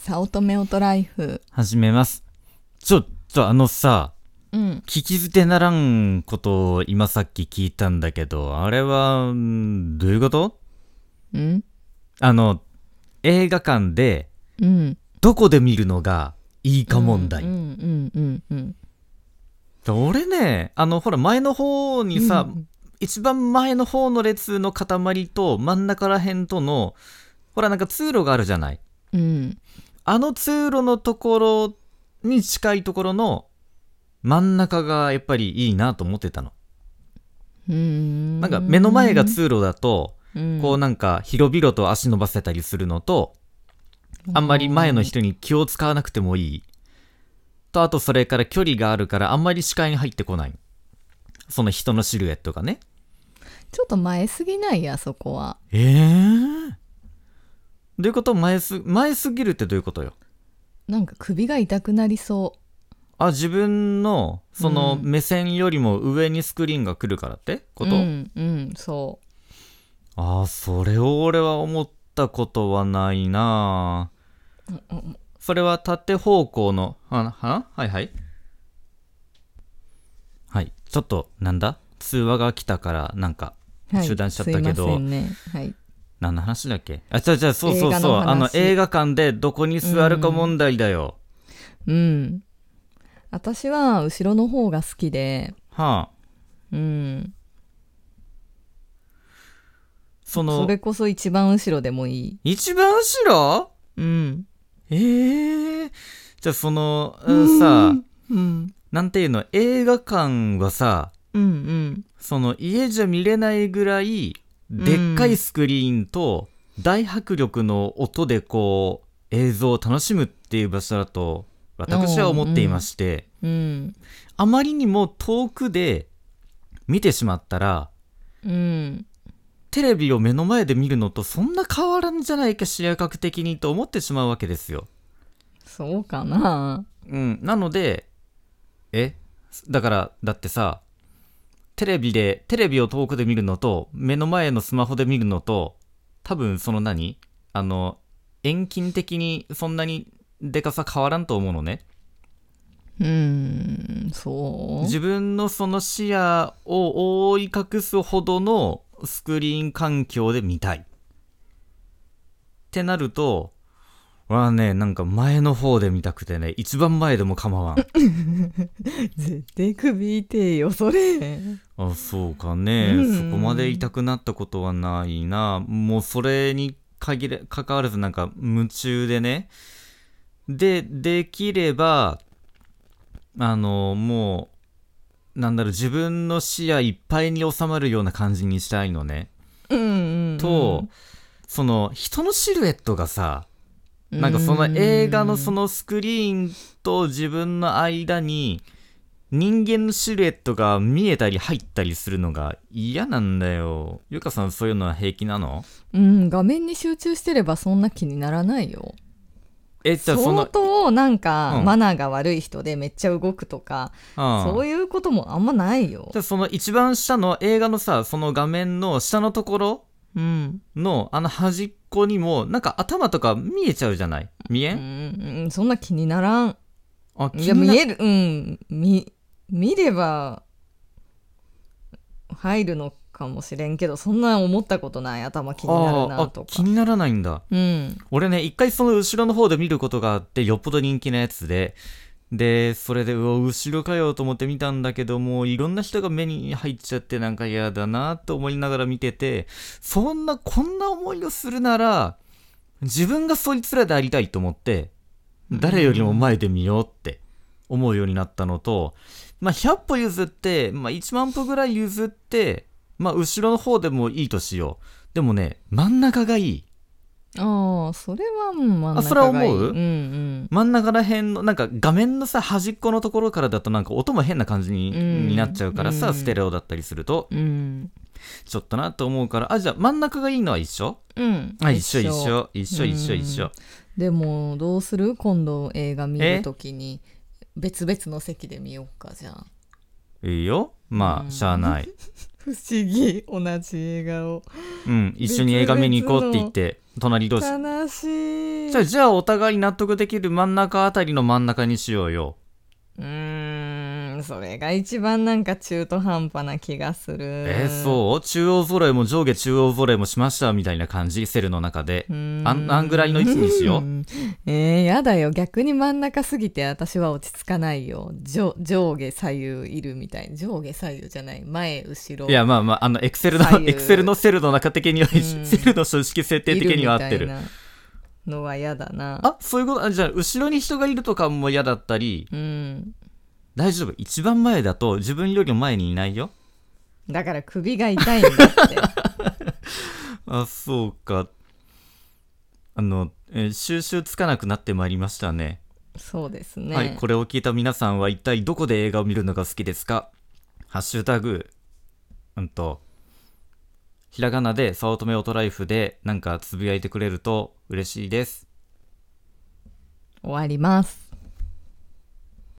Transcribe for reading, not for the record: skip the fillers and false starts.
早乙女オトライフ始めます。さ、聞き捨てならんことを今さっき聞いたんだけど、あれはどういうこと？映画館でどこで見るのがいいか問題。俺ね、ほら前の方にさ、一番前の方の列の塊と真ん中らへんとのほらなんか通路があるじゃない。あの通路のところに近いところの真ん中がやっぱりいいなと思ってたの。なんか目の前が通路だと、こうなんか広々と足伸ばせたりするのと、あんまり前の人に気を使わなくてもいいと、あとそれから距離があるからあんまり視界に入ってこない、その人のシルエットがね。 ちょっと前すぎない？あそこは。 どういうこと？前すぎるってどういうことよ？ なんか首が痛くなりそう。 自分のその目線よりも上にスクリーンが来るからってこと？ そう。 それを俺は思ったことはないな。それは縦方向のはいちょっとなんだ、通話が来たからなんか中断しちゃったけど、 すいませんね。 何の話だっけ？そう映画館でどこに座るか問題だよ。 私は後ろの方が好きで、それこそ一番後ろでもいい。 一番後ろ？じゃあさ、なんていうの、映画館はさ、その家じゃ見れないぐらいでっかいスクリーンと大迫力の音でこう映像を楽しむっていう場所だと私は思っていまして、あまりにも遠くで見てしまったら、テレビを目の前で見るのとそんな変わらんじゃないか視野覚的にと思ってしまうわけですよ。 そうかな。 なのでだってさ、テレビを遠くで見るのと目の前のスマホで見るのと多分遠近的にそんなにでかさ変わらんと思うのね。 そう。 自分のその視野を覆い隠すほどのスクリーン環境で見たいってなると、なんか前の方で見たくてね、一番前でも構わん。 絶対首痛いよそれ。 そうかね、そこまで痛くなったことはないな。もうそれに関わらずなんか夢中でね。できればもう自分の視野いっぱいに収まるような感じにしたいのね。と、その人のシルエットがさ、なんかその映画のそのスクリーンと自分の間に人間のシルエットが見えたり入ったりするのが嫌なんだよ。ゆかさん、そういうのは平気なの？ 画面に集中してればそんな気にならないよ。相当なんかマナーが悪い人でめっちゃ動くとか、そういうこともあんまないよ。 じゃあその一番下の映画のさ、その画面の下のところの端っこにもなんか頭とか見えちゃうじゃない？見えん？ そんな気にならん。いや見える。見れば入るのかもしれんけど、そんな思ったことない。頭気になるなとか。 気にならないんだ。俺ね、一回その後ろの方で見ることがあって、よっぽど人気なやつで、それで後ろかよと思って見たんだけども、いろんな人が目に入っちゃってなんか嫌だなと思いながら見てて、こんな思いをするなら自分がそいつらでありたいと思って、誰よりも前で見ようって思うようになったのと、100歩譲って、1万歩ぐらい譲って、後ろの方でもいいとしよう。でもね、真ん中がいい。 それは真ん中がいい。 それは思う？真ん中らへんのなんか画面のさ端っこのところからだとなんか音も変な感じになっちゃうからさ、ステレオだったりすると、ちょっとなと思うから、じゃあ真ん中がいいのは一緒？一緒。 でもどうする？今度映画見るときに別々の席で見ようか。じゃあいいよ。しゃあない。 不思議、同じ映画を一緒に映画見に行こうって言って隣同士。 悲しい。 じゃあお互い納得できる真ん中あたりの真ん中にしようよ。 それが一番なんか中途半端な気がする。 そう中央揃えも上下中央揃えもしましたみたいな感じ、セルの中で。あんぐらいの位置にしよう。 やだよ。逆に真ん中すぎて私は落ち着かないよ。上下左右いるみたい。上下左右じゃない。前、後ろ。 いや、まあ、エクセルのセルの中的には、セルの組織設定的には合ってる。 のは嫌だな。 そういうこと。じゃあ後ろに人がいるとかも嫌だったり。大丈夫。一番前だと自分よりも前にいないよ。 だから首が痛いんだってそうか。収集つかなくなってまいりましたね。 そうですね。 はい、これを聞いた皆さんは一体どこで映画を見るのが好きですか？ハッシュタグひらがなで早乙女オトライフでなんかつぶやいてくれると嬉しいです。 終わります。